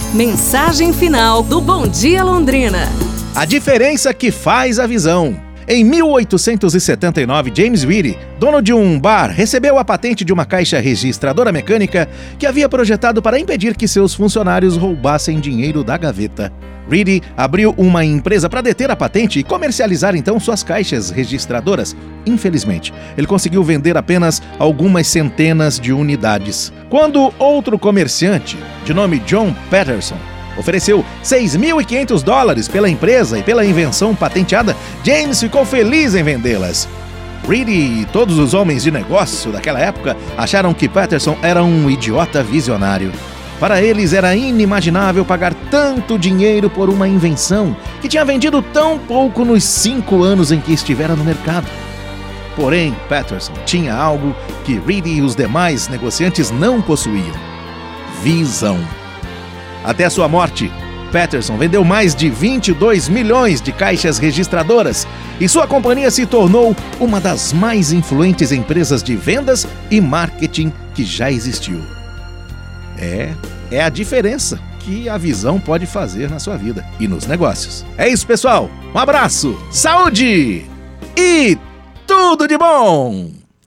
Mensagem final do Bom Dia Londrina. A diferença que faz a visão. Em 1879, James Reedy, dono de um bar, recebeu a patente de uma caixa registradora mecânica que havia projetado para impedir que seus funcionários roubassem dinheiro da gaveta. Reedy abriu uma empresa para deter a patente e comercializar então suas caixas registradoras. Infelizmente, ele conseguiu vender apenas algumas centenas de unidades. Quando outro comerciante, de nome John Patterson, ofereceu $6.500 pela empresa e pela invenção patenteada, James ficou feliz em vendê-las. Reedy e todos os homens de negócio daquela época acharam que Patterson era um idiota visionário. Para eles era inimaginável pagar tanto dinheiro por uma invenção que tinha vendido tão pouco nos 5 anos em que estivera no mercado. Porém, Patterson tinha algo que Reedy e os demais negociantes não possuíam: visão. Até sua morte, Patterson vendeu mais de 22 milhões de caixas registradoras e sua companhia se tornou uma das mais influentes empresas de vendas e marketing que já existiu. É a diferença que a visão pode fazer na sua vida e nos negócios. É isso, pessoal. Um abraço, saúde e tudo de bom!